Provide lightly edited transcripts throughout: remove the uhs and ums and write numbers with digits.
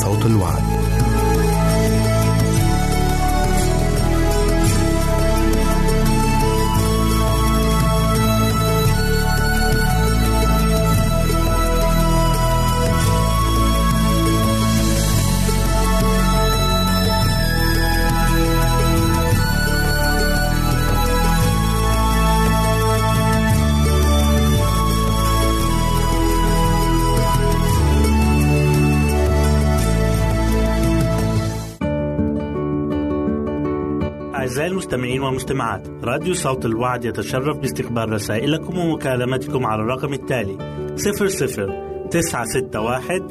صوت الوعد. أعزائي المستمعين والمستمعات، راديو صوت الوعد يتشرف باستقبال رسائلكم ومكالمتكم على الرقم التالي 00961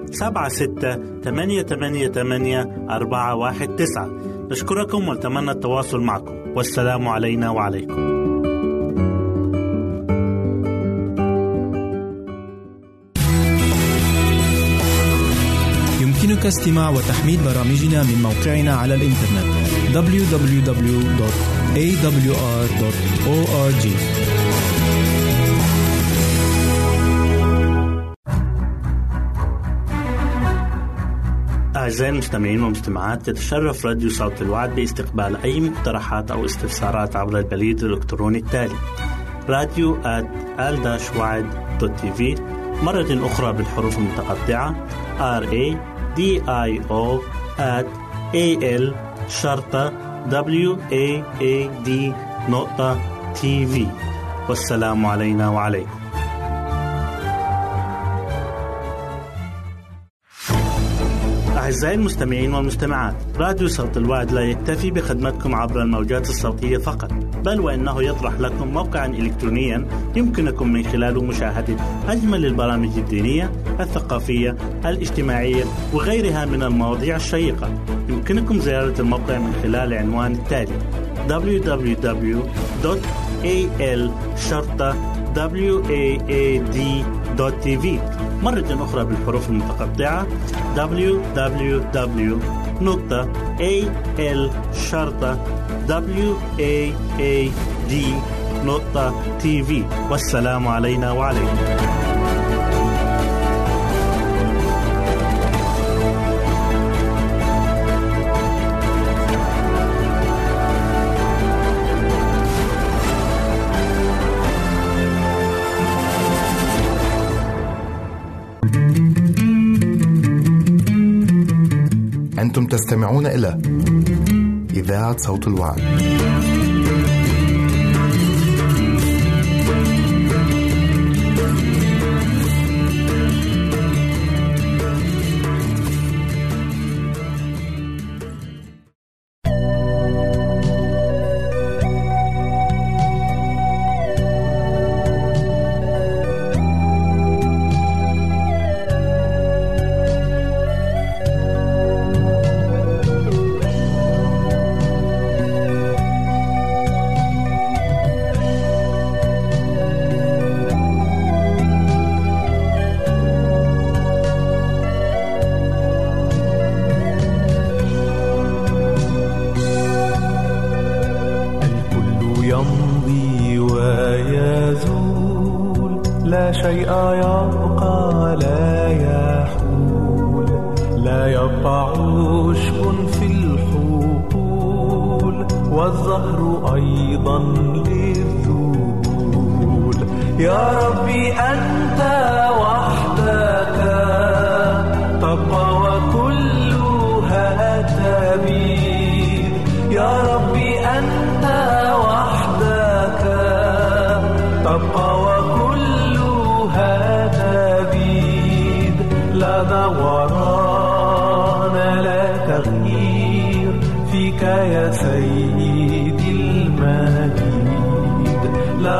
76888419. نشكركم ونتمنى التواصل معكم، والسلام علينا وعليكم. يمكنك استماع وتحميل برامجنا من موقعنا على الإنترنت www.awr.org. أعزائي المستمعين والمستمعات، يتشرف راديو صوت الوعد باستقبال أي مقترحات أو استفسارات عبر البريد الإلكتروني التالي radio@al-wad.tv، مرة أخرى بالحروف المتقطعة radio@al-wad.tv. والسلام علينا وعليكم. أعزائي المستمعين والمستمعات، راديو صوت الوعد لا يكتفي بخدمتكم عبر الموجات الصوتية فقط، بل وإنه يطرح لكم موقعا إلكترونيا يمكنكم من خلاله مشاهدة أجمل البرامج الدينية، الثقافية، الاجتماعية وغيرها من المواضيع الشيقة. يمكنكم زيارة الموقع من خلال العنوان التالي www.al-wad.tv، مرة أخرى بالحروف المتقطعة www.al-wad.tv. والسلام علينا وعليكم. أنتم تستمعون إلى إذاعة صوت الوعد. لا شيء يبقى لا يحول، لا يبقى عشب في الحقول، والزهر أيضا للذبول. يا ربي أنت وحدك تبقى وكلها تبيد. يا ربي أنت وحدك تبقى لا دوران لا تغيير فيك يا سيدي المجيد. لا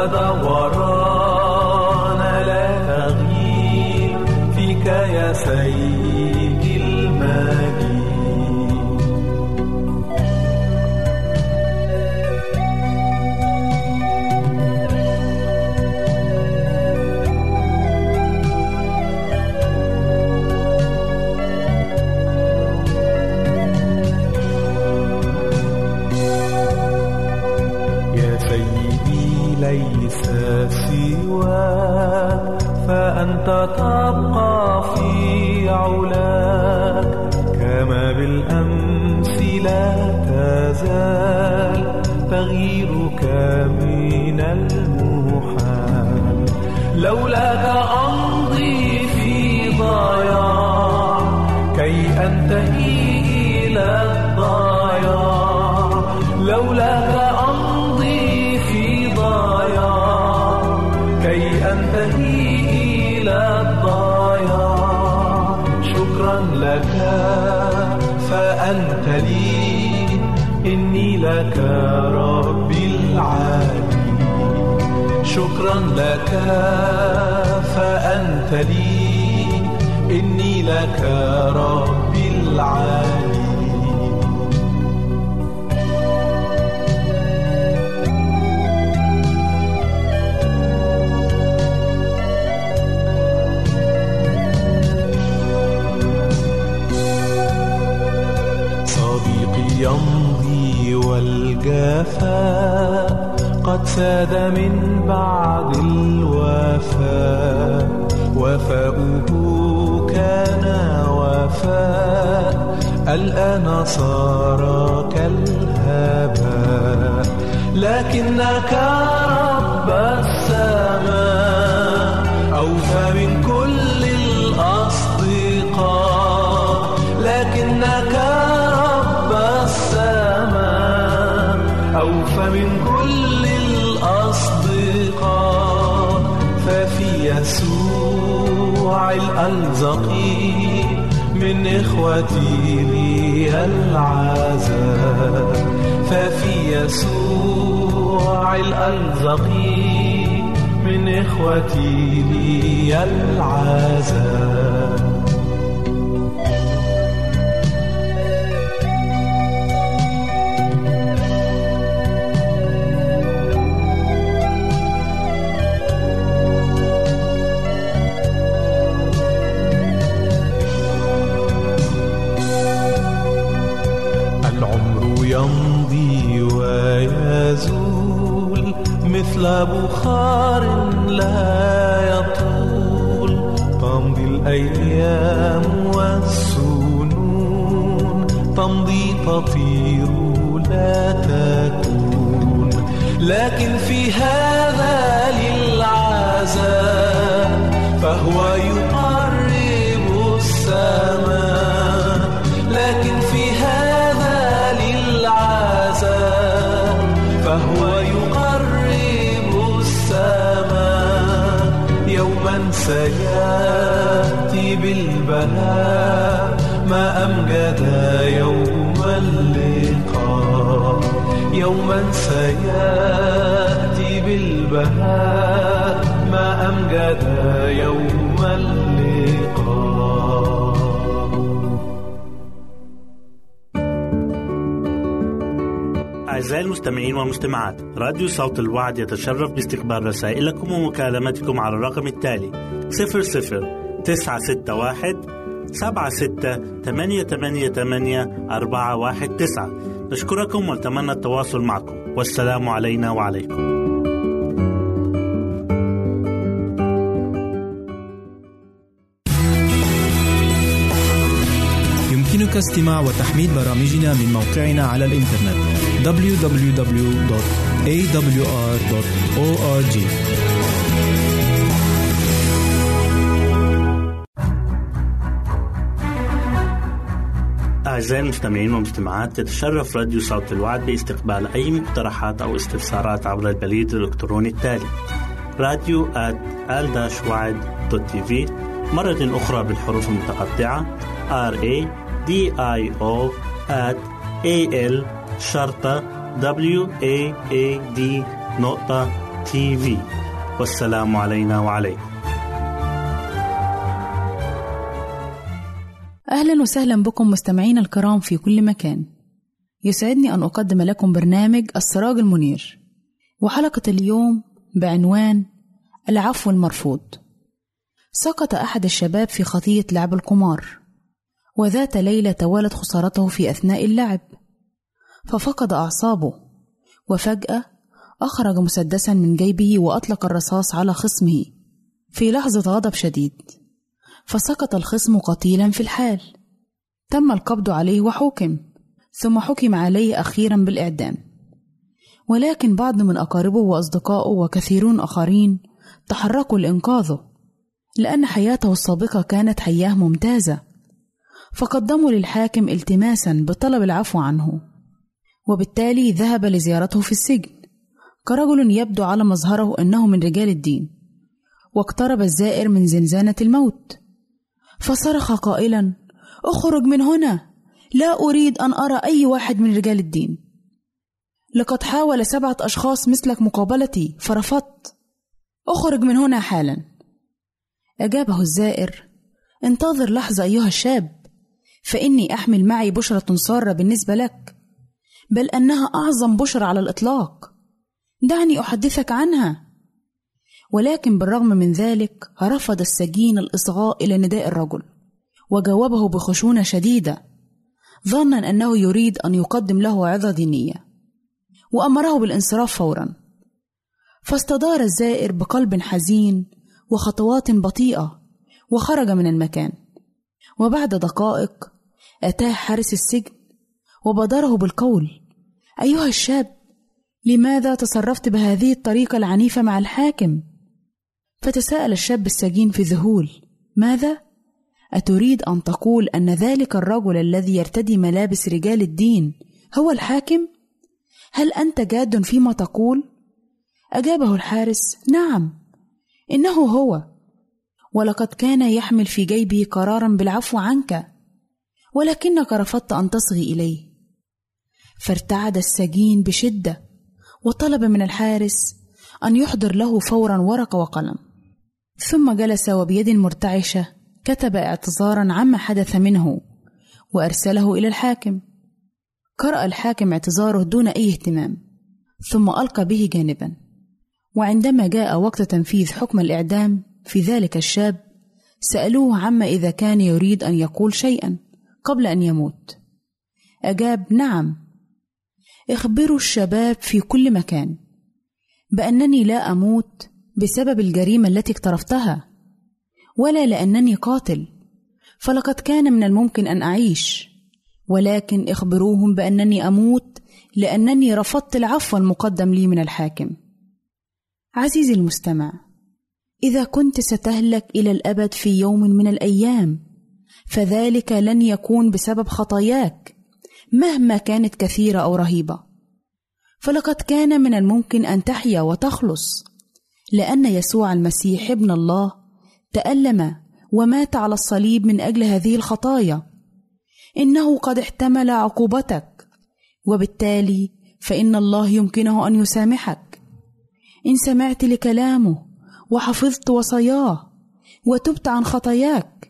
دوران لا تغيير فيك يا سيدي المجيد. ليس سواك فأنت تبقى في علاك، أنتهي إلى الضياع، لولاك أمضي في ضياع كي أنتهي إلى الضياع. شكرا لك فأنت لي، إني لك ربي العالي. شكرا لك فأنت لي، إني لك ربي العالي. صديقي يمضي والجفاء قد ساد من بعد الوفاء، وفاؤه كان وفاء، الآن صار كالهباء. لكنك رب السماء أوفى من كل الأصدقاء، لكنك رب السماء أوفى من كل الأصدقاء. ففي يسوع الألزقي من إخوتي لي العزاء، ففي يسوع الألزقي من إخوتي لي العزاء. يمضي ويزول مثل بخار لا يطول، تمضي الأيام والسنون، تمضي تطير لا تكون. لكن في هذا للعذاب فهو يقرب السماء، لكن في هذا فهو يقرب السماء. يوما سيأتي بالبهاء ما أمجد يوم اللقاء، يوما سيأتي بالبهاء ما أمجد يوم اللقاء. أعزائي المستمعين والمستمعات، راديو صوت الوعد يتشرف باستقبال رسائلكم ومكالمتكم على الرقم التالي 00961 76888419. نشكركم ونتمنى التواصل معكم، والسلام علينا وعليكم. يمكنك استماع وتحميل برامجنا من موقعنا على الإنترنت www.awr.org. أعزائي المستمعين والمستمعات، تتشرف راديو صوت الوعد باستقبال أي مقترحات أو استفسارات عبر البريد الإلكتروني التالي radio@al-wad.tv، مرة أخرى بالحروف المتقطعة radio@al-wad.tv. والسلام علينا وعليكم. أهلا وسهلا بكم مستمعين الكرام في كل مكان. يسعدني أن أقدم لكم برنامج السراج المنير، وحلقة اليوم بعنوان العفو المرفوض. سقط أحد الشباب في خطية لعب القمار، وذات ليلة توالت خسارته في أثناء اللعب، ففقد أعصابه، وفجأة أخرج مسدسا من جيبه وأطلق الرصاص على خصمه في لحظة غضب شديد، فسقط الخصم قتيلا في الحال. تم القبض عليه وحكم، ثم حكم عليه أخيرا بالإعدام. ولكن بعض من أقاربه وأصدقائه وكثيرون آخرين تحركوا لإنقاذه، لأن حياته السابقة كانت حياة ممتازة، فقدموا للحاكم التماسا بطلب العفو عنه، وبالتالي ذهب لزيارته في السجن كرجل يبدو على مظهره أنه من رجال الدين. واقترب الزائر من زنزانة الموت فصرخ قائلا: اخرج من هنا، لا أريد أن أرى أي واحد من رجال الدين، لقد حاول 7 أشخاص مثلك مقابلتي فرفضت، اخرج من هنا حالا. أجابه الزائر: انتظر لحظة أيها الشاب، فإني أحمل معي بشرة سارة بالنسبة لك، بل أنها أعظم بشرة على الإطلاق، دعني أحدثك عنها. ولكن بالرغم من ذلك رفض السجين الإصغاء إلى نداء الرجل، وجاوبه بخشونة شديدة ظنا أنه يريد أن يقدم له عظة دينية، وأمره بالانصراف فورا. فاستدار الزائر بقلب حزين وخطوات بطيئة وخرج من المكان. وبعد دقائق أتاه حارس السجن وبادره بالقول: أيها الشاب، لماذا تصرفت بهذه الطريقة العنيفة مع الحاكم؟ فتساءل الشاب السجين في ذهول: ماذا؟ أتريد أن تقول أن ذلك الرجل الذي يرتدي ملابس رجال الدين هو الحاكم؟ هل أنت جاد فيما تقول؟ أجابه الحارس: نعم، إنه هو، ولقد كان يحمل في جيبه قرارا بالعفو عنك، ولكنك رفضت أن تصغي إليه. فارتعد السجين بشدة وطلب من الحارس أن يحضر له فورا ورقة وقلم، ثم جلس وبيد مرتعشة كتب اعتذارا عما حدث منه وأرسله إلى الحاكم. قرأ الحاكم اعتذاره دون أي اهتمام، ثم ألقى به جانبا. وعندما جاء وقت تنفيذ حكم الإعدام في ذلك الشاب سألوه عما إذا كان يريد أن يقول شيئا قبل أن يموت. أجاب: نعم، اخبروا الشباب في كل مكان بأنني لا أموت بسبب الجريمة التي اقترفتها، ولا لأنني قاتل، فلقد كان من الممكن أن أعيش، ولكن اخبروهم بأنني أموت لأنني رفضت العفو المقدم لي من الحاكم. عزيزي المستمع، إذا كنت ستهلك إلى الأبد في يوم من الأيام فذلك لن يكون بسبب خطاياك مهما كانت كثيرة أو رهيبة، فلقد كان من الممكن أن تحيا وتخلص، لأن يسوع المسيح ابن الله تألم ومات على الصليب من أجل هذه الخطايا. إنه قد احتمل عقوبتك، وبالتالي فإن الله يمكنه أن يسامحك إن سمعت لكلامه وحفظت وصاياه وتبت عن خطاياك.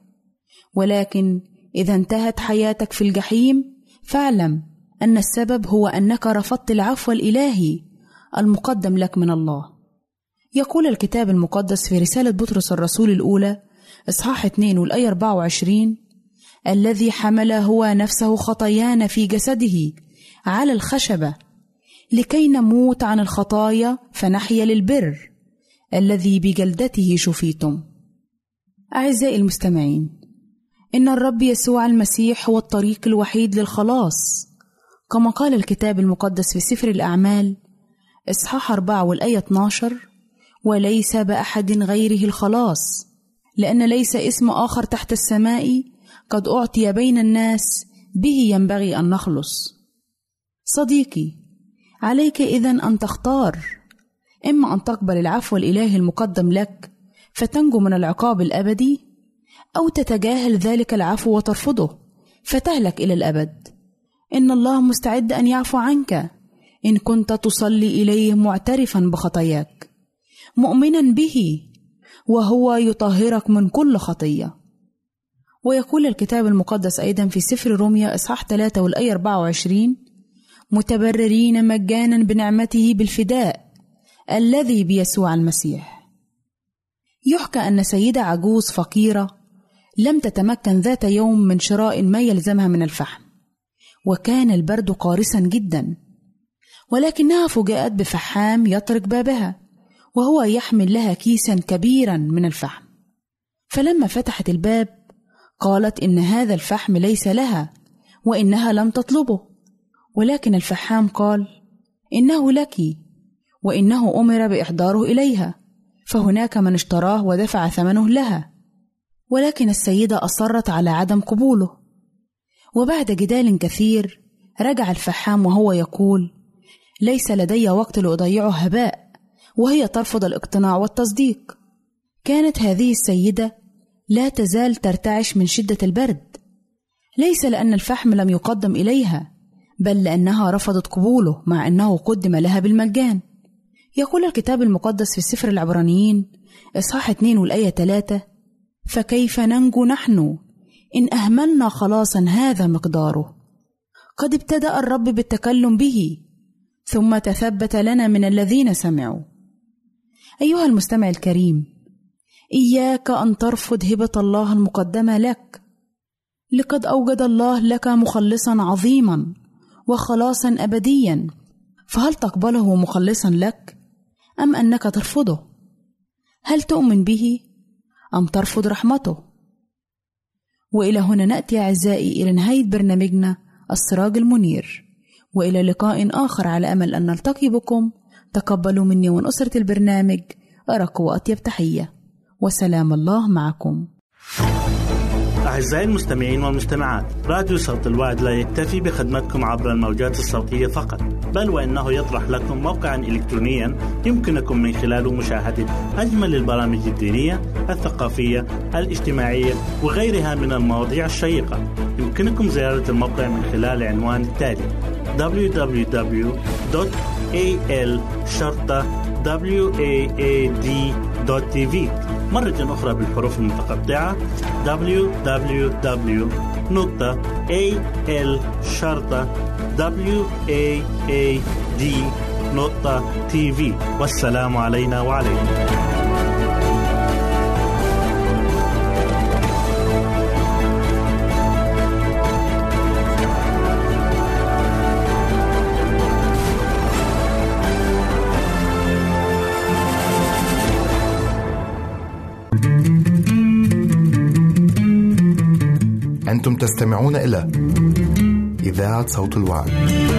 ولكن إذا انتهت حياتك في الجحيم فاعلم أن السبب هو أنك رفضت العفو الإلهي المقدم لك من الله. يقول الكتاب المقدس في رسالة بطرس الرسول الأولى إصحاح 2 والآية 24: الذي حمل هو نفسه خطايانا في جسده على الخشبة لكي نموت عن الخطايا فنحيا للبر الذي بجلدته شفيتم. أعزائي المستمعين، إن الرب يسوع المسيح هو الطريق الوحيد للخلاص، كما قال الكتاب المقدس في سفر الأعمال إصحاح 4 والآية 12: وليس بأحد غيره الخلاص، لأن ليس اسم آخر تحت السماء قد أعطي بين الناس به ينبغي أن نخلص. صديقي، عليك إذن أن تختار، إما أن تقبل العفو الإلهي المقدم لك فتنجو من العقاب الأبدي، أو تتجاهل ذلك العفو وترفضه فتهلك إلى الأبد. إن الله مستعد أن يعفو عنك إن كنت تصلي إليه معترفا بخطاياك مؤمنا به، وهو يطهرك من كل خطية. ويقول الكتاب المقدس أيضا في سفر روميا إصحاح 3 والآية 24: متبررين مجانا بنعمته بالفداء الذي بيسوع المسيح. يحكى أن سيدة عجوز فقيرة لم تتمكن ذات يوم من شراء ما يلزمها من الفحم، وكان البرد قارسا جدا، ولكنها فوجئت بفحام يطرق بابها وهو يحمل لها كيسا كبيرا من الفحم. فلما فتحت الباب قالت إن هذا الفحم ليس لها وإنها لم تطلبه، ولكن الفحام قال: إنه لك، وإنه أمر بإحضاره إليها، فهناك من اشتراه ودفع ثمنه لها. ولكن السيدة أصرت على عدم قبوله، وبعد جدال كثير رجع الفحام وهو يقول: ليس لدي وقت لأضيعه هباء، وهي ترفض الاقتناع والتصديق. كانت هذه السيدة لا تزال ترتعش من شدة البرد، ليس لأن الفحم لم يقدم إليها، بل لأنها رفضت قبوله مع أنه قدم لها بالمجان. يقول الكتاب المقدس في سفر العبرانيين إصحاح 2 والآية 3: فكيف ننجو نحن إن أهملنا خلاصا هذا مقداره؟ قد ابتدأ الرب بالتكلم به، ثم تثبت لنا من الذين سمعوا. أيها المستمع الكريم، إياك أن ترفض هبة الله المقدمة لك، لقد أوجد الله لك مخلصا عظيما وخلاصا أبديا، فهل تقبله مخلصا لك أم أنك ترفضه؟ هل تؤمن به أم ترفض رحمته؟ وإلى هنا نأتي أعزائي إلى نهاية برنامجنا السراج المنير، وإلى لقاء آخر على أمل أن نلتقي بكم. تقبلوا مني ومن أسرة البرنامج أرق وأطيب تحية، وسلام الله معكم. أعزائي المستمعين والمستمعات، راديو صوت الوعد لا يكتفي بخدمتكم عبر الموجات الصوتية فقط، بل وإنه يطرح لكم موقعا إلكترونيا يمكنكم من خلاله مشاهدة أجمل البرامج الدينية، الثقافية، الاجتماعية وغيرها من المواضيع الشيقة. يمكنكم زيارة الموقع من خلال العنوان التالي: www.al-waad.tv. مرة أخرى بالحروف المتقطعة: www.al-waad.tv. والسلام علينا وعليكم. أنتم تستمعون إلى إذاعة صوت الوعد.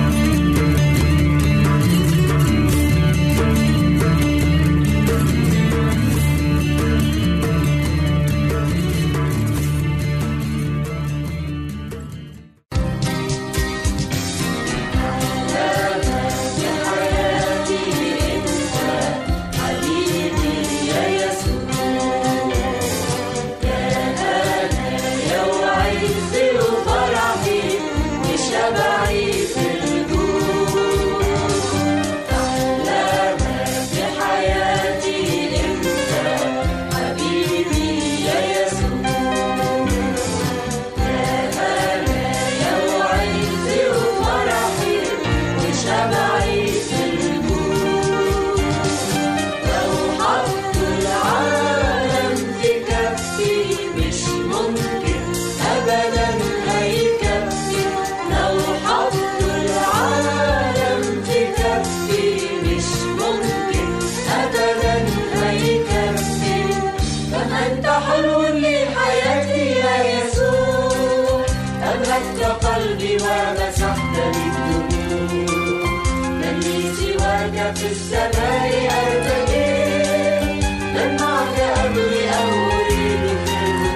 في السماء أرتقي، من معك أبغي أو أريد في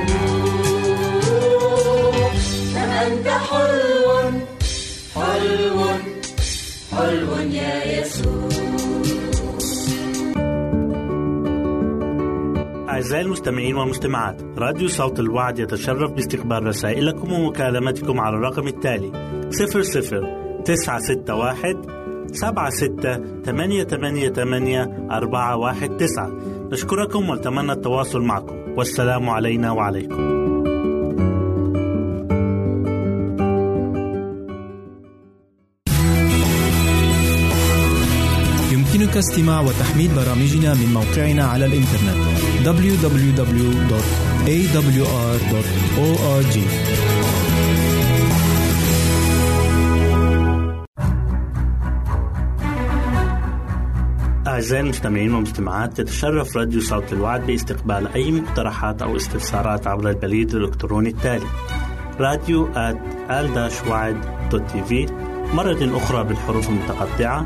الهدوء. كم أنت حلو حلو حلو يا يسوع. أعزائي المستمعين والمستمعات، راديو صوت الوعد يتشرف باستقبال رسائلكم ومكالمتكم على الرقم التالي: 00-961-76-88-419. نشكركم ونتمنى التواصل معكم، والسلام علينا وعليكم. يمكنك استماع وتحميل برامجنا من موقعنا على الإنترنت www.awr.org. أعزائي المستمعين والمستمعات، يتشرف راديو صوت الوعد باستقبال أي مقترحات أو استفسارات عبر البريد الإلكتروني التالي: radio@al-wad.tv. مرة أخرى بالحروف المتقطعة: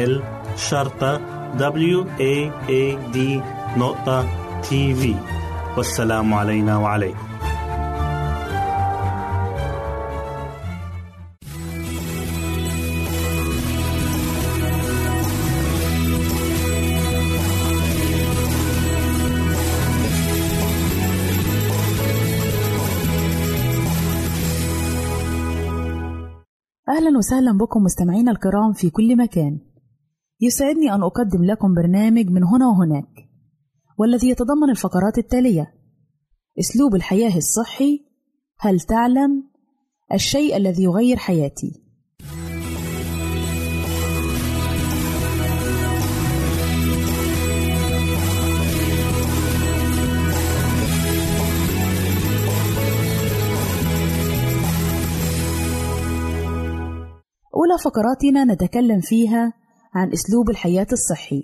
radio@al-waad.tv. والسلام علينا وعليكم. أهلا وسهلا بكم مستمعينا الكرام في كل مكان. يسعدني أن أقدم لكم برنامج من هنا وهناك، والذي يتضمن الفقرات التالية: أسلوب الحياة الصحي، هل تعلم، الشيء الذي يغير حياتي. أولى فقراتنا نتكلم فيها عن أسلوب الحياة الصحي.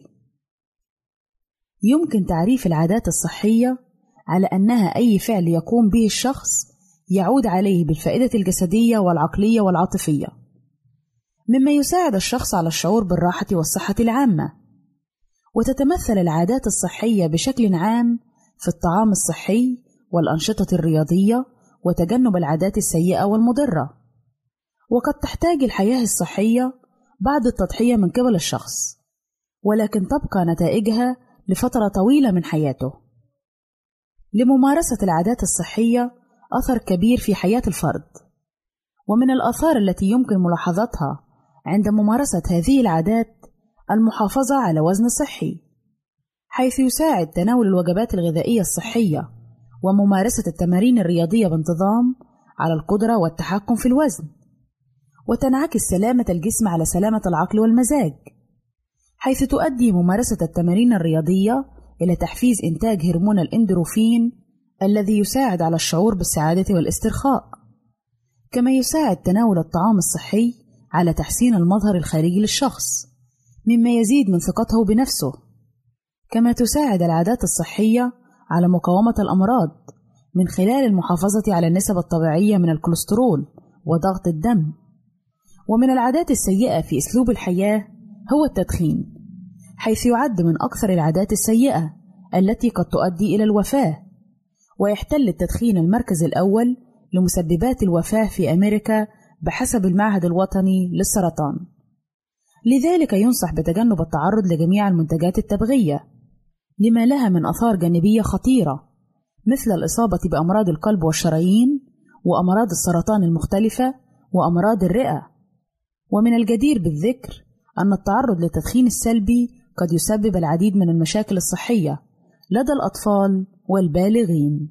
يمكن تعريف العادات الصحية على أنها أي فعل يقوم به الشخص يعود عليه بالفائدة الجسدية والعقلية والعاطفية، مما يساعد الشخص على الشعور بالراحة والصحة العامة. وتتمثل العادات الصحية بشكل عام في الطعام الصحي والأنشطة الرياضية وتجنب العادات السيئة والمضرة. وقد تحتاج الحياة الصحية بعض التضحية من قبل الشخص، ولكن تبقى نتائجها لفترة طويلة من حياته. لممارسة العادات الصحية أثر كبير في حياة الفرد، ومن الآثار التي يمكن ملاحظتها عند ممارسة هذه العادات المحافظة على وزن صحي، حيث يساعد تناول الوجبات الغذائية الصحية وممارسة التمارين الرياضية بانتظام على القدرة والتحكم في الوزن. وتنعكس سلامة الجسم على سلامة العقل والمزاج، حيث تؤدي ممارسة التمارين الرياضية إلى تحفيز إنتاج هرمون الإندروفين الذي يساعد على الشعور بالسعادة والاسترخاء. كما يساعد تناول الطعام الصحي على تحسين المظهر الخارجي للشخص، مما يزيد من ثقته بنفسه. كما تساعد العادات الصحية على مقاومة الأمراض من خلال المحافظة على النسب الطبيعية من الكوليسترول وضغط الدم. ومن العادات السيئة في أسلوب الحياة هو التدخين، حيث يعد من أكثر العادات السيئة التي قد تؤدي إلى الوفاة. ويحتل التدخين المركز الأول لمسببات الوفاة في أمريكا بحسب المعهد الوطني للسرطان. لذلك ينصح بتجنب التعرض لجميع المنتجات التبغية، لما لها من آثار جانبية خطيرة مثل الإصابة بأمراض القلب والشرايين وأمراض السرطان المختلفة وأمراض الرئة. ومن الجدير بالذكر أن التعرض للتدخين السلبي قد يسبب العديد من المشاكل الصحية لدى الأطفال والبالغين.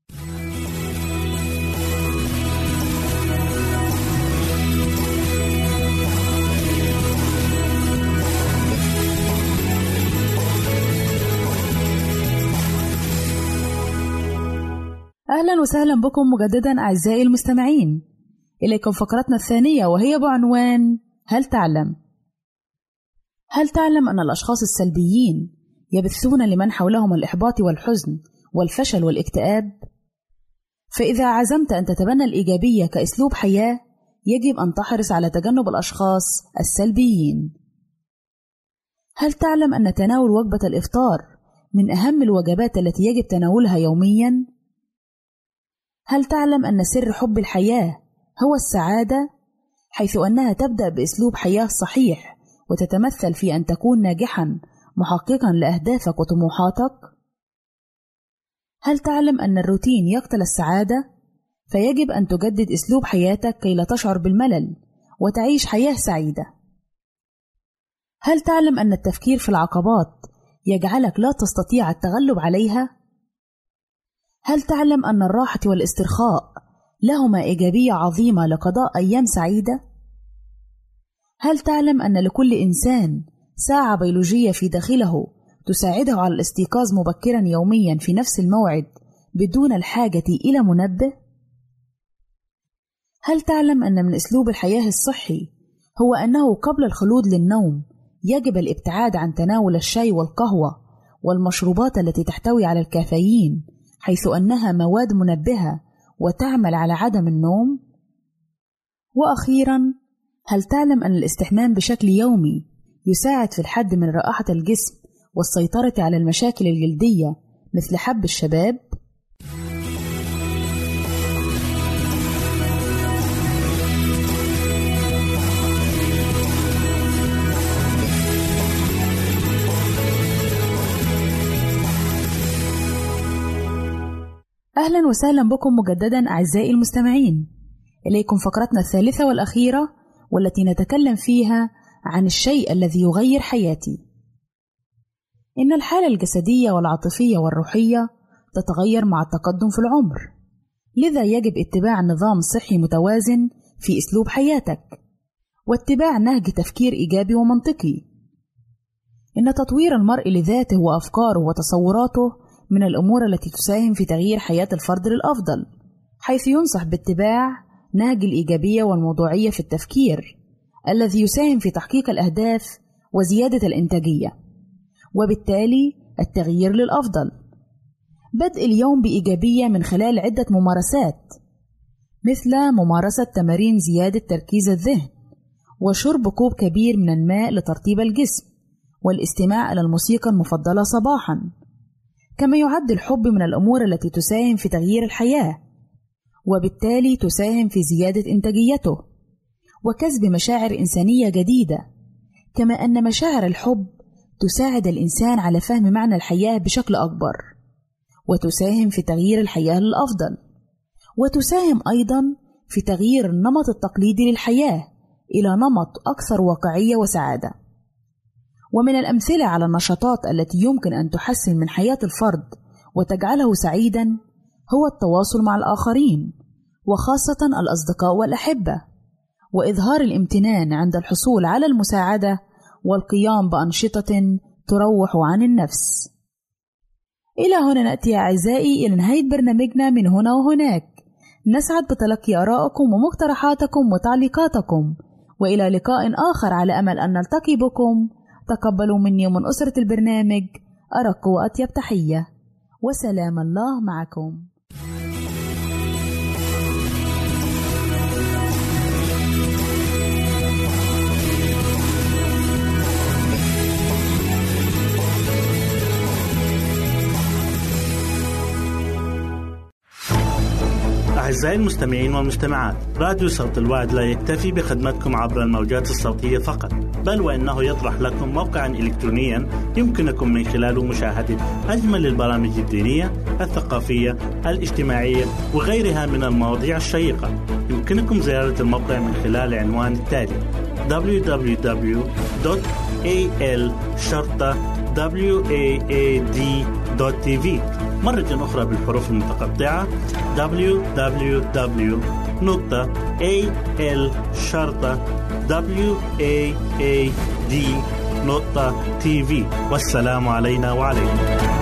أهلا وسهلا بكم مجددا أعزائي المستمعين. إليكم فقرتنا الثانية، وهي بعنوان هل تعلم؟ هل تعلم أن الأشخاص السلبيين يبثون لمن حولهم الإحباط والحزن والفشل والاكتئاب؟ فإذا عزمت أن تتبنى الإيجابية كأسلوب حياة، يجب أن تحرص على تجنب الأشخاص السلبيين. هل تعلم أن تناول وجبة الإفطار من أهم الوجبات التي يجب تناولها يومياً؟ هل تعلم أن سر حب الحياة هو السعادة، حيث أنها تبدأ بأسلوب حياة صحيح وتتمثل في أن تكون ناجحاً محققاً لأهدافك وطموحاتك؟ هل تعلم أن الروتين يقتل السعادة، فيجب أن تجدد أسلوب حياتك كي لا تشعر بالملل وتعيش حياة سعيدة؟ هل تعلم أن التفكير في العقبات يجعلك لا تستطيع التغلب عليها؟ هل تعلم أن الراحة والاسترخاء لهما إيجابية عظيمة لقضاء أيام سعيدة؟ هل تعلم أن لكل إنسان ساعة بيولوجية في داخله تساعده على الاستيقاظ مبكرا يوميا في نفس الموعد بدون الحاجة إلى منبه؟ هل تعلم أن من أسلوب الحياة الصحي هو أنه قبل الخلود للنوم يجب الابتعاد عن تناول الشاي والقهوة والمشروبات التي تحتوي على الكافيين، حيث أنها مواد منبهة وتعمل على عدم النوم؟ وأخيرا، هل تعلم أن الاستحمام بشكل يومي يساعد في الحد من رائحة الجسم والسيطرة على المشاكل الجلدية مثل حب الشباب؟ أهلا وسهلا بكم مجددا أعزائي المستمعين. إليكم فقرتنا الثالثة والأخيرة، والتي نتكلم فيها عن الشيء الذي يغير حياتي. إن الحالة الجسدية والعاطفية والروحية تتغير مع التقدم في العمر، لذا يجب اتباع نظام صحي متوازن في أسلوب حياتك، واتباع نهج تفكير إيجابي ومنطقي. إن تطوير المرء لذاته وأفكاره وتصوراته من الأمور التي تساهم في تغيير حياة الفرد للأفضل، حيث ينصح باتباع نهج الإيجابية والموضوعية في التفكير الذي يساهم في تحقيق الأهداف وزيادة الإنتاجية، وبالتالي التغيير للأفضل. بدء اليوم بإيجابية من خلال عدة ممارسات، مثل ممارسة تمارين زيادة تركيز الذهن، وشرب كوب كبير من الماء لترطيب الجسم، والاستماع إلى الموسيقى المفضلة صباحاً. كما يعد الحب من الأمور التي تساهم في تغيير الحياة، وبالتالي تساهم في زيادة إنتاجيته وكسب مشاعر إنسانية جديدة. كما أن مشاعر الحب تساعد الإنسان على فهم معنى الحياة بشكل أكبر، وتساهم في تغيير الحياة للأفضل، وتساهم أيضا في تغيير النمط التقليدي للحياة إلى نمط أكثر واقعية وسعادة. ومن الأمثلة على النشاطات التي يمكن أن تحسن من حياة الفرد وتجعله سعيدا هو التواصل مع الآخرين، وخاصة الأصدقاء والأحبة، وإظهار الامتنان عند الحصول على المساعدة، والقيام بأنشطة تروح عن النفس. إلى هنا نأتي أعزائي إلى نهاية برنامجنا من هنا وهناك. نسعد بتلقي آرائكم ومقترحاتكم وتعليقاتكم، وإلى لقاء آخر على أمل أن نلتقي بكم. تقبلوا مني ومن أسرة البرنامج أرق وأطيب تحية، وسلام الله معكم. أعزائي المستمعين والمستمعات، راديو صوت الوعد لا يكتفي بخدمتكم عبر الموجات الصوتية فقط، بل وإنه يطرح لكم موقعا إلكترونيا يمكنكم من خلاله مشاهدة أجمل البرامج الدينية، الثقافية، الاجتماعية وغيرها من المواضيع الشيقة. يمكنكم زيارة الموقع من خلال العنوان التالي: www.al-waad.tv. مرة أخرى بالحروف المتقطعة: www.al-waad.tv. والسلام علينا وعليكم.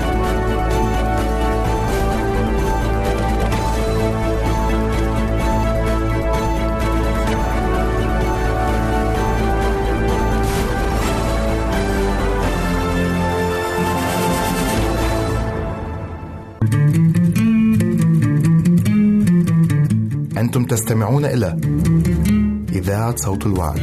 أنتم تستمعون إلى إذاعة صوت الوعد.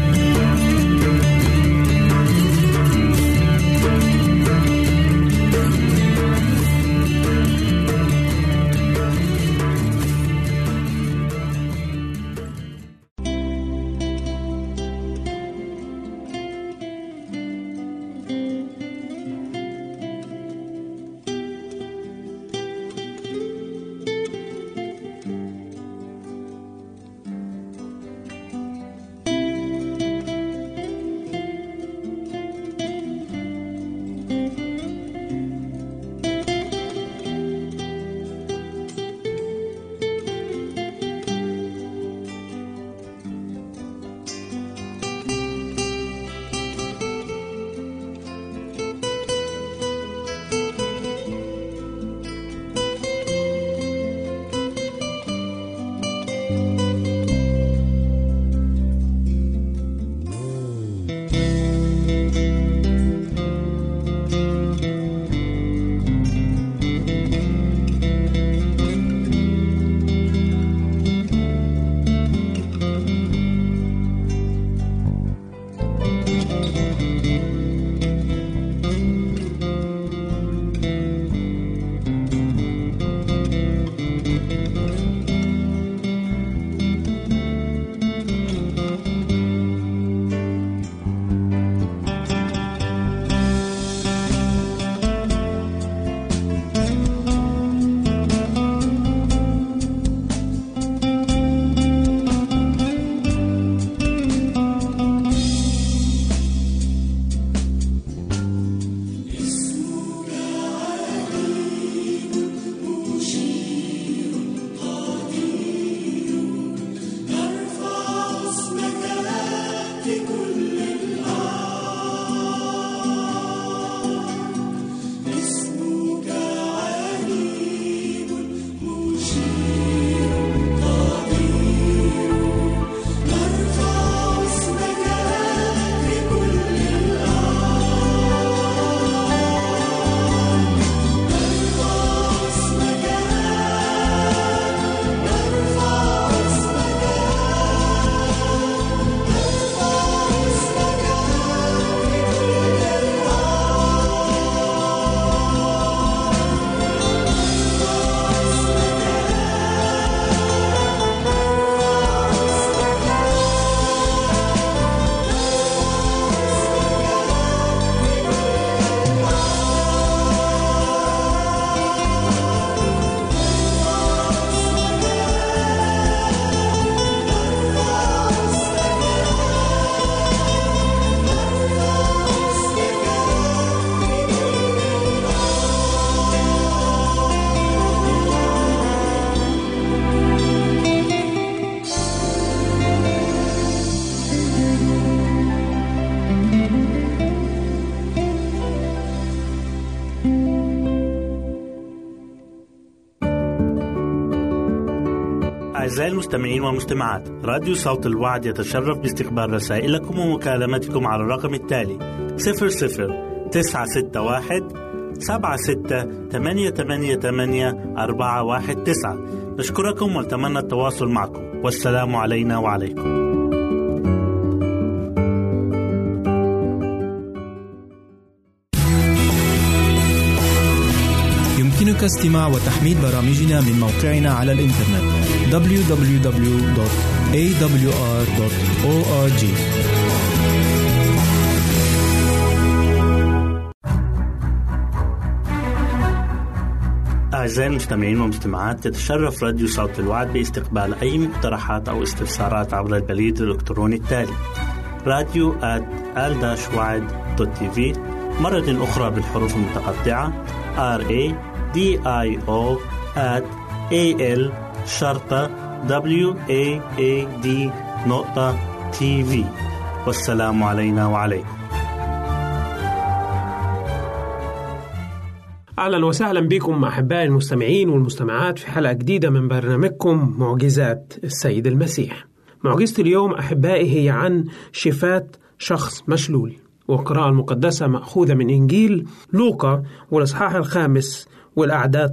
أعزائي المستمعين والمستمعات، راديو صوت الوعد يتشرف باستقبال رسائلكم ومكالمتكم على الرقم التالي 00-961-7688-419. نشكركم ونتمنى التواصل معكم، والسلام علينا وعليكم. يمكنك استماع وتحميل برامجنا من موقعنا على الإنترنت www.awr.org. أعزائي المستمعين والمستمعات، تتشرف راديو صوت الوعد باستقبال أي مقترحات أو استفسارات عبر البريد الإلكتروني التالي radio@al-wad.tv، مرة أخرى بالحروف المتقطعة radio@al-wad.tv. والسلام علينا وعليكم. أهلا وسهلا بكم أحبائي المستمعين والمستمعات في حلقة جديدة من برنامجكم معجزات السيد المسيح. معجزة اليوم أحبائي هي عن شفاة شخص مشلول، والقراءة المقدسة مأخوذة من إنجيل لوقا والإصحاح 5 والأعداد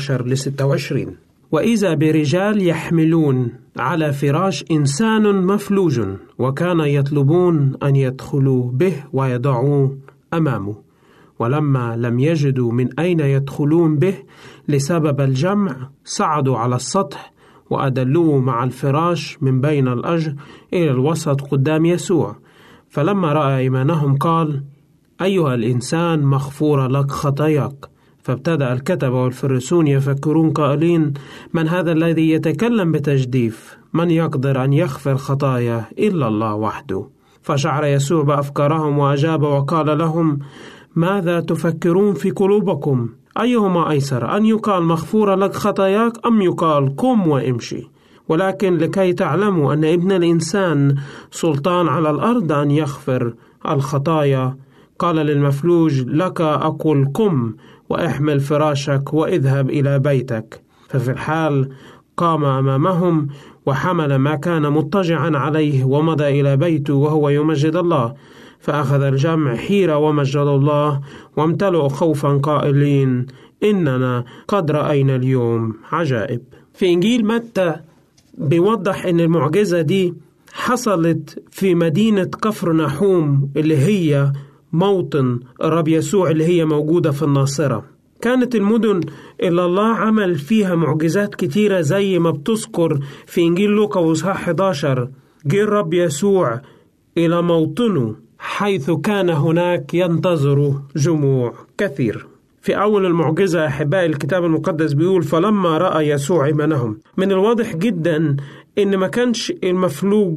18-26. وإذا برجال يحملون على فراش إنسان مفلوج، وكان يطلبون أن يدخلوا به ويضعوه أمامه، ولما لم يجدوا من أين يدخلون به لسبب الجمع، صعدوا على السطح وأدلوه مع الفراش من بين الأجر إلى الوسط قدام يسوع. فلما رأى إيمانهم قال: أيها الإنسان، مغفورة لك خطاياك. فابتدأ الكتبة والفريسون يفكرون قائلين: من هذا الذي يتكلم بتجديف؟ من يقدر أن يغفر خطايا إلا الله وحده؟ فشعر يسوع بأفكارهم وأجاب وقال لهم: ماذا تفكرون في قلوبكم؟ أيهما أيسر، أن يقال مغفورة لك خطاياك، أم يقال قم وامشي؟ ولكن لكي تعلموا أن ابن الإنسان سلطان على الأرض أن يغفر الخطايا، قال للمفلوج: لك أقول قم واحمل فراشك واذهب إلى بيتك. ففي الحال قام أمامهم وحمل ما كان مضطجعا عليه ومضى إلى بيته وهو يمجد الله. فأخذ الجمع حيرة ومجد الله، وامتلؤوا خوفا قائلين: إننا قد رأينا اليوم عجائب. في إنجيل متى بيوضح إن المعجزة دي حصلت في مدينة كفرناحوم اللي هي موطن الرب يسوع، اللي هي موجودة في الناصرة. كانت المدن اللي الله عمل فيها معجزات كتيرة زي ما بتذكر في إنجيل لوقا وإصحاح 11. جه الرب يسوع إلى موطنه حيث كان هناك ينتظر جموع كثير. في أول المعجزة أحبائي الكتاب المقدس بيقول: فلما رأى يسوع إيمانهم. من الواضح جدا إن ما كانش المفلوج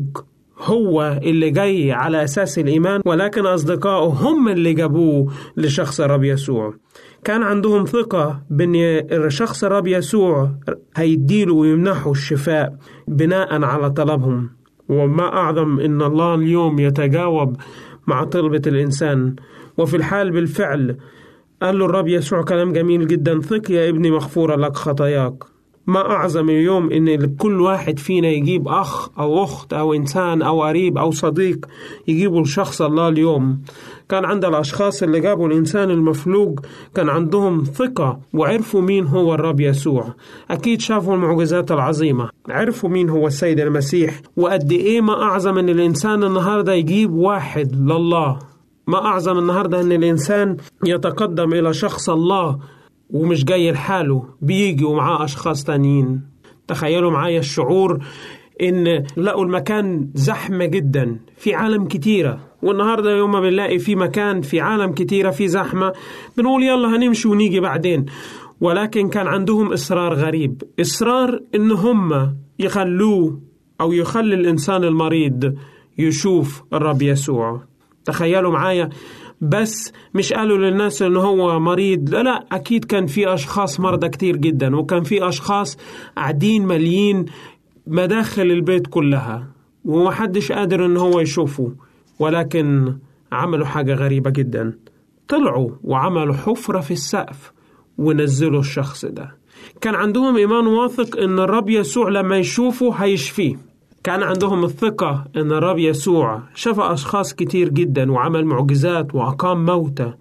هو اللي جاي على أساس الإيمان، ولكن أصدقائه هم اللي جابوه لشخص الرب يسوع. كان عندهم ثقة بأن شخص الرب يسوع هيديله ويمنحه الشفاء بناء على طلبهم. وما أعظم إن الله اليوم يتجاوب مع طلبة الإنسان. وفي الحال بالفعل قال له الرب يسوع كلام جميل جدا: ثق يا ابني، مغفورة لك خطاياك. ما أعظم اليوم إن كل واحد فينا يجيب أخ أو أخت أو إنسان أو قريب أو صديق يجيبوا لشخص الله. اليوم كان عند الأشخاص اللي جابوا الإنسان المفلوج كان عندهم ثقة وعرفوا مين هو الرب يسوع. أكيد شافوا المعجزات العظيمة، عرفوا مين هو السيد المسيح. وقد إيه ما أعظم إن الإنسان النهاردة يجيب واحد لله. ما أعظم النهاردة إن الإنسان يتقدم إلى شخص الله ومش جاي لحاله، بيجي ومعاه أشخاص تانيين. تخيلوا معايا الشعور إن لقوا المكان زحمة جدا في عالم كتيرة. والنهاردة يوم ما بنلاقي في مكان في عالم كتيرة في زحمة بنقول يلا هنمشي ونيجي بعدين. ولكن كان عندهم إصرار غريب، إصرار إن هم يخلوه أو يخلي الإنسان المريض يشوف الرب يسوع. تخيلوا معايا، بس مش قالوا للناس إنه هو مريض، لا، أكيد كان في أشخاص مرضى كتير جدا، وكان في أشخاص قاعدين مليين مداخل البيت كلها ومحدش قادر إنه هو يشوفه. ولكن عملوا حاجة غريبة جدا، طلعوا وعملوا حفرة في السقف ونزلوا الشخص ده. كان عندهم إيمان واثق إن الرب يسوع لما يشوفه هيشفيه. كان عندهم الثقة إن الرب يسوع شفى أشخاص كتير جدا وعمل معجزات وأقام موتى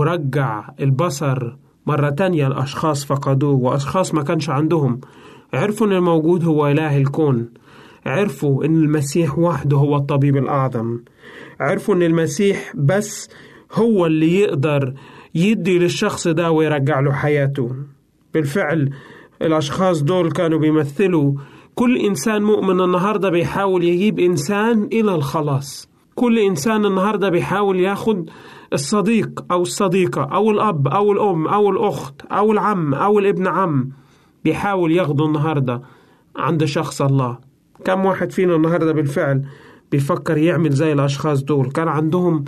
ورجع البصر مرة تانية الأشخاص فقدوه، وأشخاص ما كانش عندهم. عرفوا إن الموجود هو إله الكون، عرفوا إن المسيح وحده هو الطبيب الأعظم، عرفوا إن المسيح بس هو اللي يقدر يدي للشخص ده ويرجع له حياته. بالفعل الأشخاص دول كانوا بيمثلوا كل إنسان مؤمن النهاردة بيحاول يجيب إنسان إلى الخلاص. كل إنسان النهاردة بيحاول ياخد الصديق أو الصديقة أو الأب أو الأم أو الأخت أو العم أو الابن عم، بيحاول ياخده النهاردة عند شخص الله. كم واحد فينا النهاردة بالفعل بيفكر يعمل زي الأشخاص دول؟ كان عندهم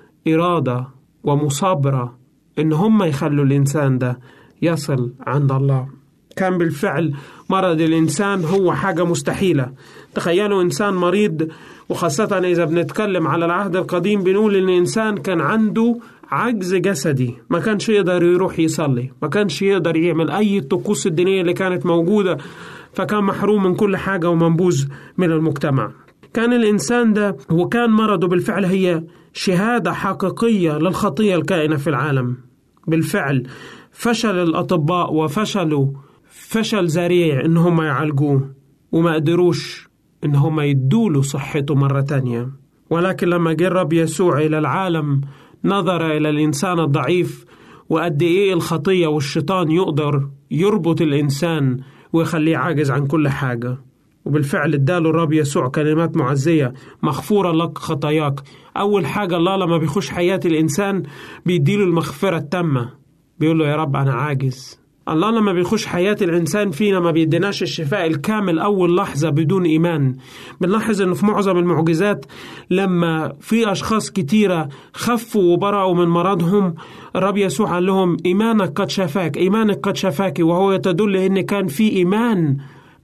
إرادة ومصابرة إن هم يخلوا الإنسان ده يصل عند الله. كان بالفعل مرض الإنسان هو حاجة مستحيلة. تخيلوا إنسان مريض، وخاصة إذا بنتكلم على العهد القديم بنقول إن الإنسان كان عنده عجز جسدي، ما كانش يقدر يروح يصلي، ما كانش يقدر يعمل أي الطقوس الدينية اللي كانت موجودة، فكان محروم من كل حاجة ومنبوذ من المجتمع. كان الإنسان ده وكان مرضه بالفعل هي شهادة حقيقية للخطية الكائنة في العالم. بالفعل فشل الأطباء وفشلوا فشل ذريع إن هم يعالجوه، وما قدروش إن هم يدوله صحته مرة تانية. ولكن لما جه الرب يسوع إلى العالم نظر إلى الإنسان الضعيف وقد إيه الخطية والشيطان يقدر يربط الإنسان ويخليه عاجز عن كل حاجة. وبالفعل اداله الرب يسوع كلمات معزية: مغفورة لك خطاياك. أول حاجة الله لما بيخش حياة الإنسان بيديله المغفرة التامة، بيقول له يا رب أنا عاجز. الله لما بيخش حياة الإنسان فينا ما بيديناش الشفاء الكامل أول لحظة بدون إيمان. بنلاحظ أنه في معظم المعجزات لما في أشخاص كتيرة خفوا وبرأوا من مرضهم، الرب يسوع قال لهم إيمانك قد شفاك، إيمانك قد شفاك، وهو يتدل أن كان في إيمان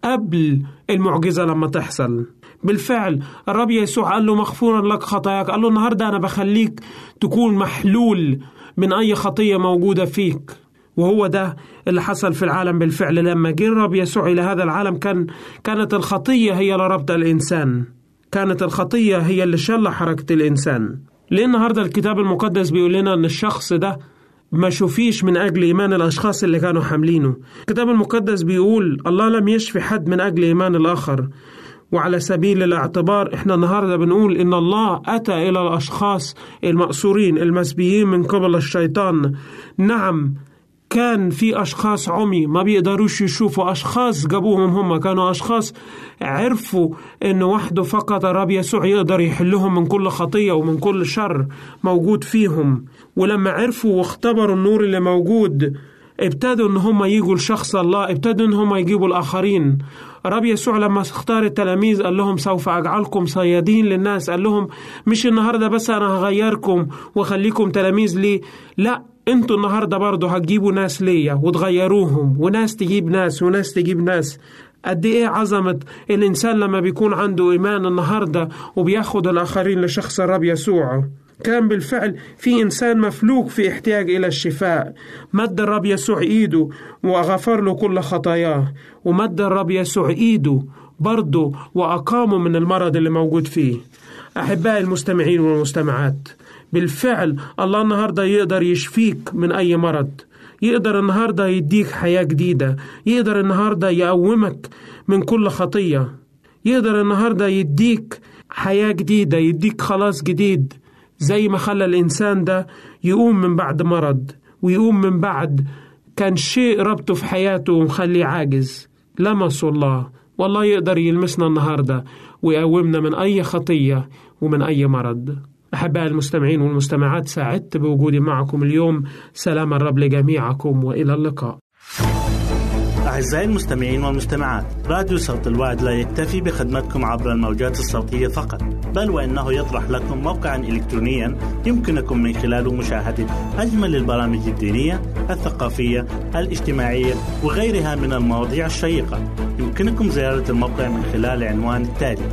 قبل المعجزة لما تحصل. بالفعل الرب يسوع قال له مغفورا لك خطاياك، قال له النهاردة أنا بخليك تكون محلول من أي خطية موجودة فيك. وهو ده اللي حصل في العالم بالفعل. لما جه الرب يسوع إلى هذا العالم كانت الخطية هي اللي ربط الإنسان، كانت الخطية هي اللي شل حركة الإنسان. لأن النهاردة الكتاب المقدس بيقول لنا أن الشخص ده ما شوفيش من أجل إيمان الأشخاص اللي كانوا حاملينه. الكتاب المقدس بيقول الله لم يشفي حد من أجل إيمان الآخر. وعلى سبيل الاعتبار احنا النهاردة بنقول إن الله أتى إلى الأشخاص المأسورين المسبيين من قبل الشيطان. نعم، كان في أشخاص عمي ما بيقدروش يشوفوا، أشخاص جابوهم هم كانوا أشخاص عرفوا إن وحده فقط الرب يسوع يقدر يحلهم من كل خطية ومن كل شر موجود فيهم. ولما عرفوا واختبروا النور اللي موجود ابتدوا إن هم يجوا لشخص الله، ابتدوا إن هم يجيبوا الآخرين. الرب يسوع لما اختار التلاميذ قال لهم سوف أجعلكم صيادين للناس. قال لهم مش النهاردة بس أنا هغيركم وخليكم تلاميذ لي، لا، انتوا النهاردة برضو هتجيبوا ناس ليا وتغيروهم، وناس تجيب ناس وناس تجيب ناس. قد ايه عظمة الإنسان لما بيكون عنده إيمان النهاردة وبياخد الآخرين لشخص الرب يسوع. كان بالفعل في إنسان مفلوك في احتياج إلى الشفاء، مد الرب يسوع إيده وغفر له كل خطاياه، ومد الرب يسوع إيده برضو وأقامه من المرض اللي موجود فيه. أحبائي المستمعين والمستمعات، بالفعل الله النهاردة يقدر يشفيك من أي مرض، يقدر النهاردة يديك حياة جديدة، يقدر النهاردة يقومك من كل خطية، يقدر النهاردة يديك حياة جديدة، يديك خلاص جديد، زي ما خلى الإنسان ده يقوم من بعد مرض ويقوم من بعد كان شيء ربطه في حياته ومخليه عاجز. لمسوا الله، والله يقدر يلمسنا النهاردة ويقومنا من أي خطية ومن أي مرض. أحبائي المستمعين والمستمعات، سعدت بوجودي معكم اليوم. سلام الرب لجميعكم وإلى اللقاء. أعزائي المستمعين والمستمعات، راديو صوت الوعد لا يكتفي بخدمتكم عبر الموجات الصوتية فقط، بل وإنه يطرح لكم موقعا إلكترونيا يمكنكم من خلاله مشاهدة أجمل البرامج الدينية، الثقافية، الاجتماعية وغيرها من المواضيع الشيقة. يمكنكم زيارة الموقع من خلال العنوان التالي: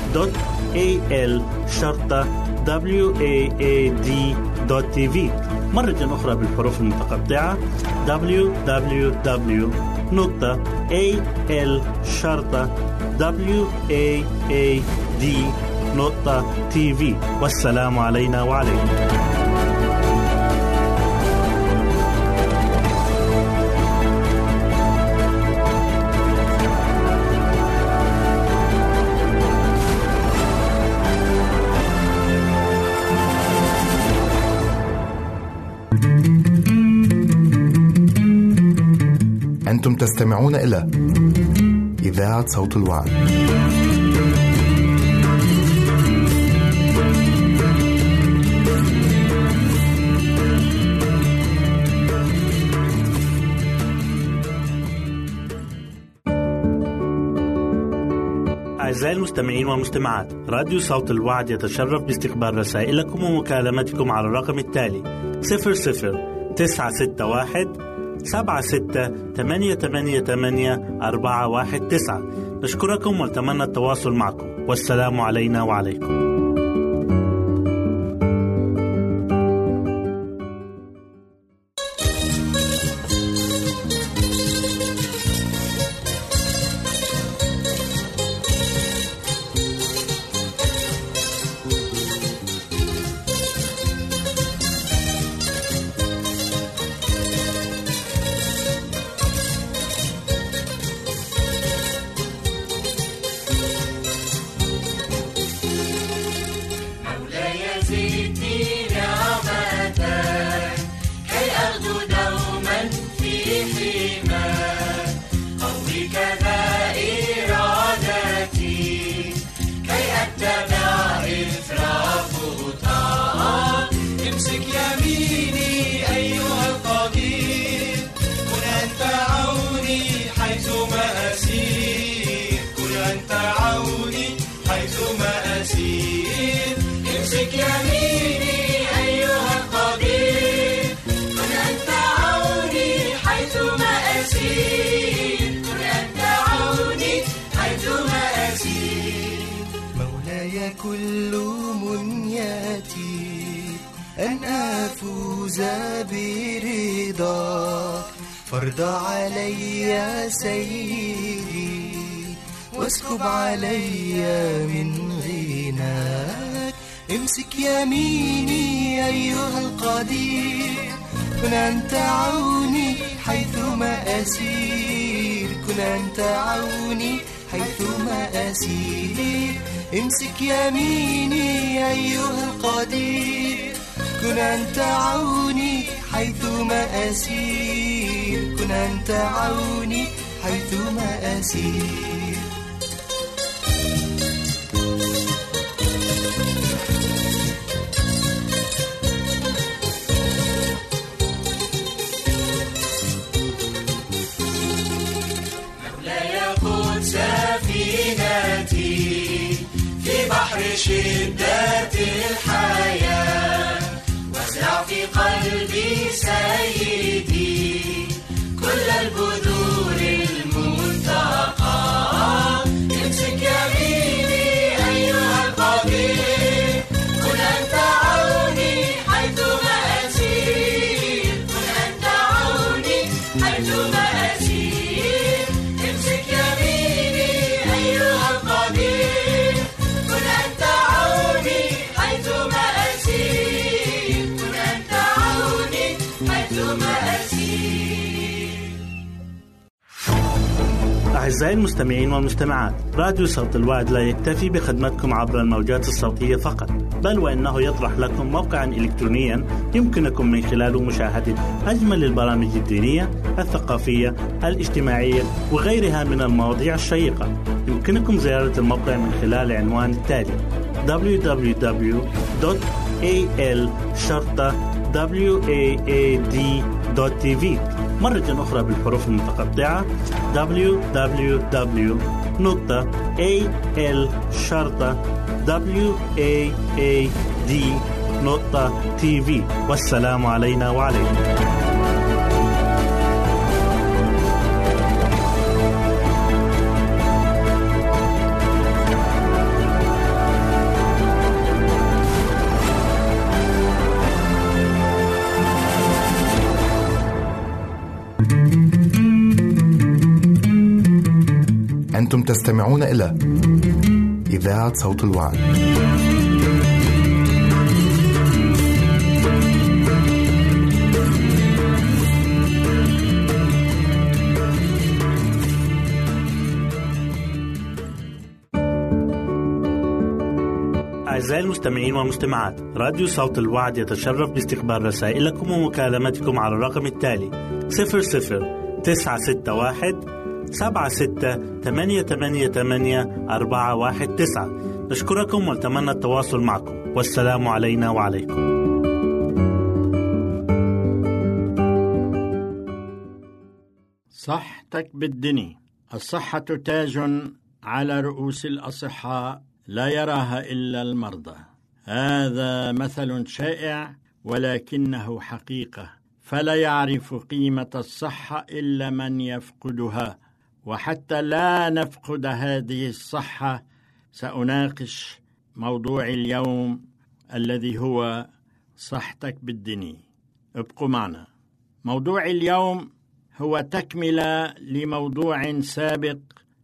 www.al-waad.tv. مرة أخرى بالحروف المتقطعة www.al-waad.tv. والسلام علينا وعليكم. أنتم تستمعون إلى إذاعة صوت الوعد. أعزائي المستمعين والمستمعات، راديو صوت الوعد يتشرف باستقبال رسائلكم ومكالمتكم على الرقم التالي 00-961-76-88-419. نشكركم ونتمنى التواصل معكم، والسلام علينا وعليكم. كل منيتي أن أفوز برضاك، فرض علي سيدي واسكب علي من غناك. امسك يميني أيها القدير، كن أنت عوني حيثما أسير، كن أنت عوني حيثما أسير. امسك يميني أيها القدير، كن أنت عوني حيثما أسير، كن أنت عوني حيثما أسير. مولاي قد سفينتي في بحر شدة الحياة، وازرع في قلبي سيدي كل البذور المنتقى. امسك يميني أيها القدير، كن أنت عوني حيثما أسير، كن أنت عوني حيثما أسير. امسك يميني أيها القدير، كن أنت عوني حيثما أسير، كن أنت عوني حيثما أسير. أعزائي المستمعين والمستمعات، راديو صوت الوعد لا يكتفي بخدمتكم عبر الموجات الصوتية فقط، بل وإنه يطرح لكم موقعا إلكترونيا يمكنكم من خلاله مشاهدة أجمل البرامج الدينية، الثقافية، الاجتماعية وغيرها من المواضيع الشيقة. يمكنكم زيارة الموقع من خلال العنوان التالي www.al-waad.tv. مرة أخرى بالحروف المتقطعة www.al-waad.tv. والسلام علينا وعليكم. أنتم تستمعون إلى إذاعة صوت الوعد. أعزائي المستمعين والمستمعات، راديو صوت الوعد يتشرف باستقبال رسائلكم ومكالمتكم على الرقم التالي 00-961-7688-419. نشكركم ونتمنى التواصل معكم، والسلام علينا وعليكم. صحتك بالدني. الصحة تاج على رؤوس الأصحاء لا يراها إلا المرضى. هذا مثل شائع ولكنه حقيقة، فلا يعرف قيمة الصحة إلا من يفقدها. وحتى لا نفقد هذه الصحة سأناقش موضوع اليوم الذي هو صحتك بالدني. ابقوا معنا. موضوع اليوم هو تكملة لموضوع سابق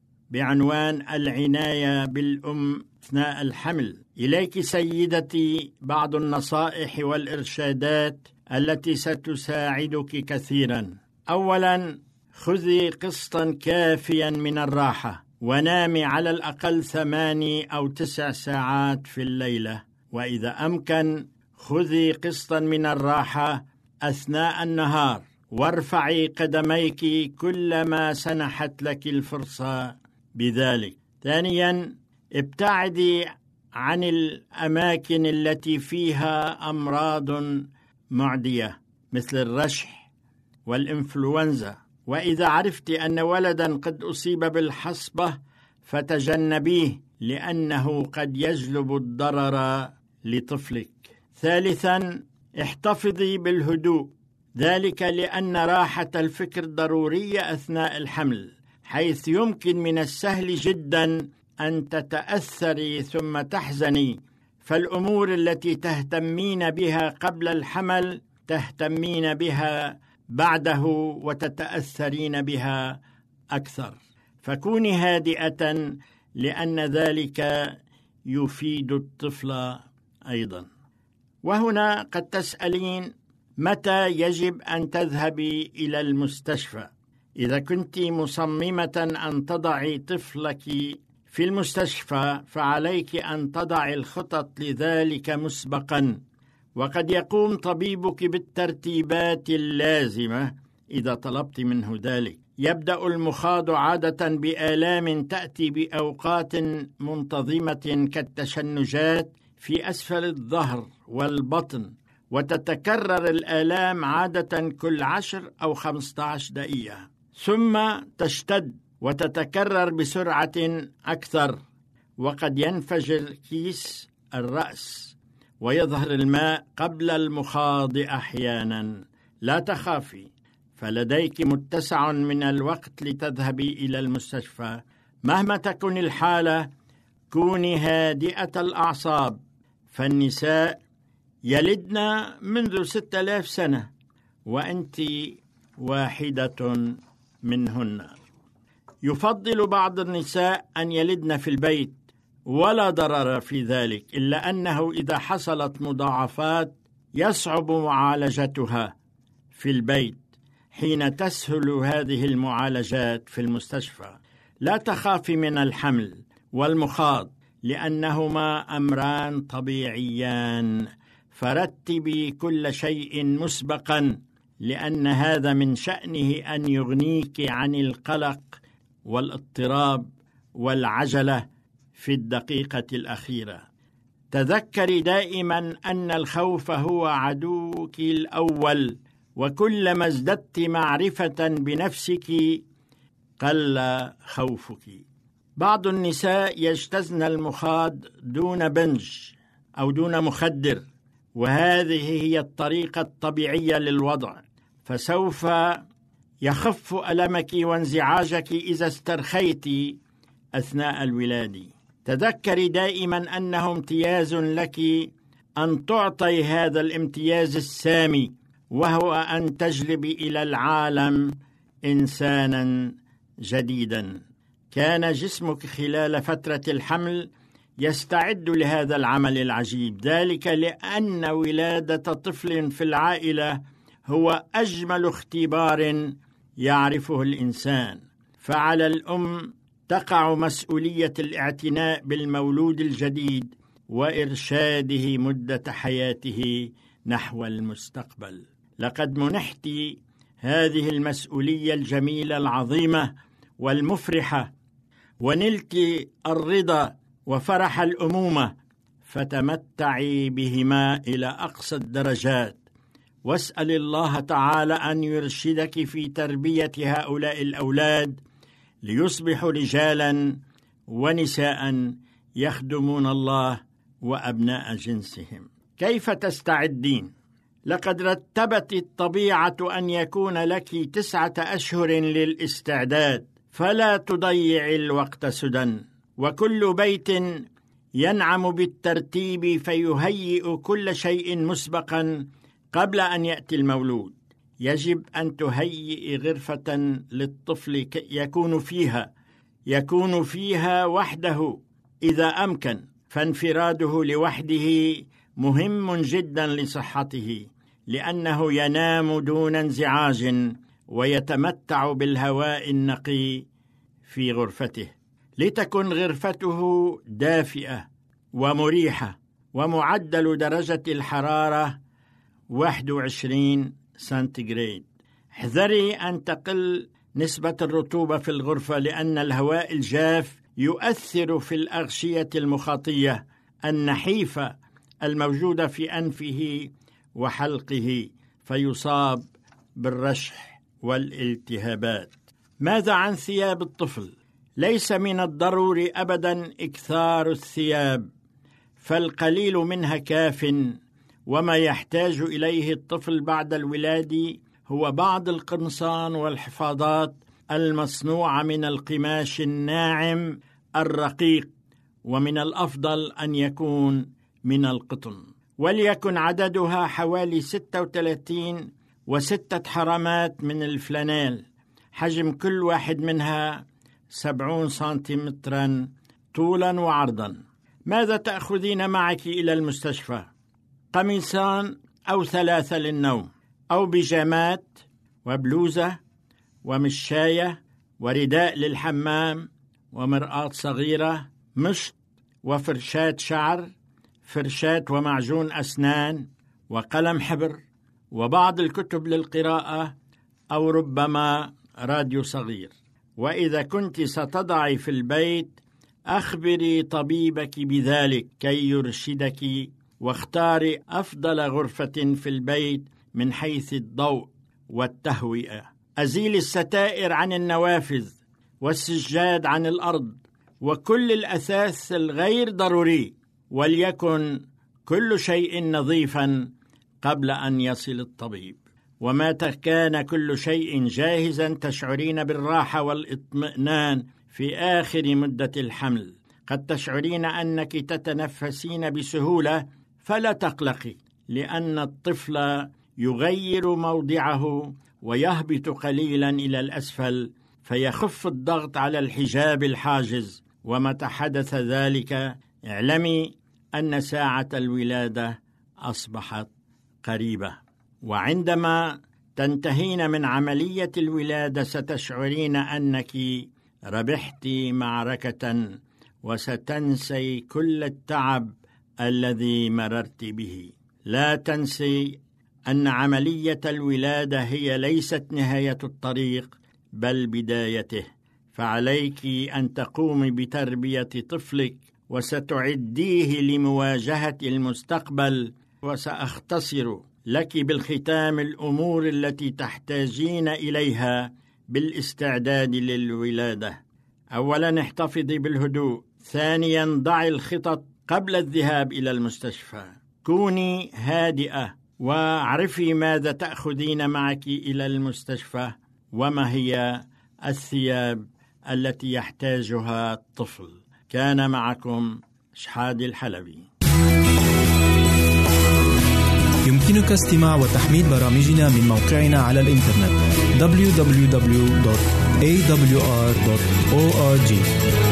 بعنوان العناية بالأم أثناء الحمل. إليك سيدتي بعض النصائح والإرشادات التي ستساعدك كثيرا. أولا، خذي قسطا كافيا من الراحة، ونامي على الأقل 8 أو 9 ساعات في الليلة. وإذا أمكن خذي قسطا من الراحة أثناء النهار، وارفعي قدميك كلما سنحت لك الفرصة بذلك. ثانيا، ابتعدي عن الأماكن التي فيها أمراض معدية مثل الرشح والإنفلونزا. وإذا عرفت أن ولدا قد أصيب بالحصبة فتجنبيه، لأنه قد يجلب الضرر لطفلك. ثالثا، احتفظي بالهدوء، ذلك لأن راحة الفكر ضرورية أثناء الحمل، حيث يمكن من السهل جدا أن تتأثري ثم تحزني. فالأمور التي تهتمين بها قبل الحمل تهتمين بها بعده وتتأثرين بها أكثر. فكوني هادئة، لأن ذلك يفيد الطفل أيضا. وهنا قد تسألين: متى يجب أن تذهبي إلى المستشفى؟ إذا كنت مصممة أن تضعي طفلك في المستشفى فعليك أن تضعي الخطط لذلك مسبقا، وقد يقوم طبيبك بالترتيبات اللازمة إذا طلبت منه ذلك. يبدأ المخاض عادة بآلام تأتي بأوقات منتظمة كالتشنجات في أسفل الظهر والبطن، وتتكرر الآلام عادة كل 10 أو 15 دقيقة، ثم تشتد وتتكرر بسرعة أكثر، وقد ينفجر كيس الرأس ويظهر الماء قبل المخاض أحيانا. لا تخافي، فلديك متسع من الوقت لتذهبي إلى المستشفى. مهما تكن الحالة، كوني هادئة الأعصاب، فالنساء يلدن منذ 6000 سنة وأنت واحدة منهن. يفضل بعض النساء أن يلدن في البيت، ولا ضرر في ذلك، إلا أنه إذا حصلت مضاعفات يصعب معالجتها في البيت حين تسهل هذه المعالجات في المستشفى. لا تخافي من الحمل والمخاض، لأنهما أمران طبيعيان، فرتبي كل شيء مسبقا، لأن هذا من شأنه أن يغنيك عن القلق والاضطراب والعجلة في الدقيقة الأخيرة. تذكري دائما أن الخوف هو عدوك الأول، وكلما ازددت معرفة بنفسك قل خوفك. بعض النساء يجتزن المخاض دون بنج أو دون مخدر، وهذه هي الطريقة الطبيعية للوضع، فسوف يخف ألمك وانزعاجك إذا استرخيت أثناء الولادة. تذكري دائما أنه امتياز لك أن تعطي هذا الامتياز السامي، وهو أن تجلبي إلى العالم إنسانا جديدا. كان جسمك خلال فترة الحمل يستعد لهذا العمل العجيب، ذلك لأن ولادة طفل في العائلة هو أجمل اختبار يعرفه الإنسان. فعلى الأم تقع مسؤولية الاعتناء بالمولود الجديد وإرشاده مدة حياته نحو المستقبل. لقد منحت هذه المسؤولية الجميلة العظيمة والمفرحة، ونلت الرضا وفرح الأمومة، فتمتعي بهما إلى أقصى الدرجات، واسأل الله تعالى أن يرشدك في تربية هؤلاء الأولاد ليصبحوا رجالا ونساء يخدمون الله وأبناء جنسهم. كيف تستعدين؟ لقد رتبت الطبيعة أن يكون لك 9 أشهر للاستعداد، فلا تضيع الوقت سدى. وكل بيت ينعم بالترتيب فيهيئ كل شيء مسبقا قبل أن يأتي المولود. يجب أن تهيئ غرفة للطفل يكون فيها وحده إذا أمكن، فانفراده لوحده مهم جدا لصحته، لأنه ينام دون انزعاج ويتمتع بالهواء النقي في غرفته. لتكن غرفته دافئة ومريحة، ومعدل درجة الحرارة 21 سنتيغراد. احذري أن تقل نسبة الرطوبة في الغرفة، لأن الهواء الجاف يؤثر في الأغشية المخاطية النحيفة الموجودة في أنفه وحلقه، فيصاب بالرشح والالتهابات. ماذا عن ثياب الطفل؟ ليس من الضروري أبدا إكثار الثياب، فالقليل منها كاف، وما يحتاج إليه الطفل بعد الولادة هو بعض القمصان والحفاضات المصنوعة من القماش الناعم الرقيق، ومن الأفضل أن يكون من القطن، وليكن عددها حوالي 36 و6 حرامات من الفلانيل، حجم كل واحد منها 70 سنتيمترا طولا وعرضا. ماذا تأخذين معك إلى المستشفى؟ قميصان أو 3 للنوم، أو بيجامات وبلوزة ومشاية ورداء للحمام ومرآة صغيرة، مشط وفرشاة شعر، فرشاة ومعجون أسنان وقلم حبر، وبعض الكتب للقراءة، أو ربما راديو صغير. وإذا كنت ستضعي في البيت أخبري طبيبك بذلك كي يرشدك، واختاري أفضل غرفة في البيت من حيث الضوء والتهوئة. أزيلي الستائر عن النوافذ والسجاد عن الأرض وكل الأثاث الغير ضروري، وليكن كل شيء نظيفا قبل أن يصل الطبيب. ومتى كان كل شيء جاهزا تشعرين بالراحة والاطمئنان في آخر مدة الحمل. قد تشعرين أنك تتنفسين بسهولة، فلا تقلقي، لأن الطفل يغير موضعه ويهبط قليلا إلى الأسفل، فيخف الضغط على الحجاب الحاجز. ومتى حدث ذلك اعلمي أن ساعة الولادة أصبحت قريبة. وعندما تنتهين من عملية الولادة ستشعرين أنك ربحت معركة، وستنسي كل التعب الذي مررت به. لا تنسي أن عملية الولادة هي ليست نهاية الطريق بل بدايته، فعليك أن تقومي بتربية طفلك وستعديه لمواجهة المستقبل. وسأختصر لك بالختام الأمور التي تحتاجين إليها بالاستعداد للولادة. أولا، احتفظي بالهدوء. ثانيا، ضعي الخطط قبل الذهاب إلى المستشفى. كوني هادئة واعرفي ماذا تأخذين معك إلى المستشفى، وما هي الثياب التي يحتاجها الطفل. كان معكم شحادي الحلبي. يمكن يمكنك استماع وتحميل برامجنا من موقعنا على الإنترنت www.awr.org.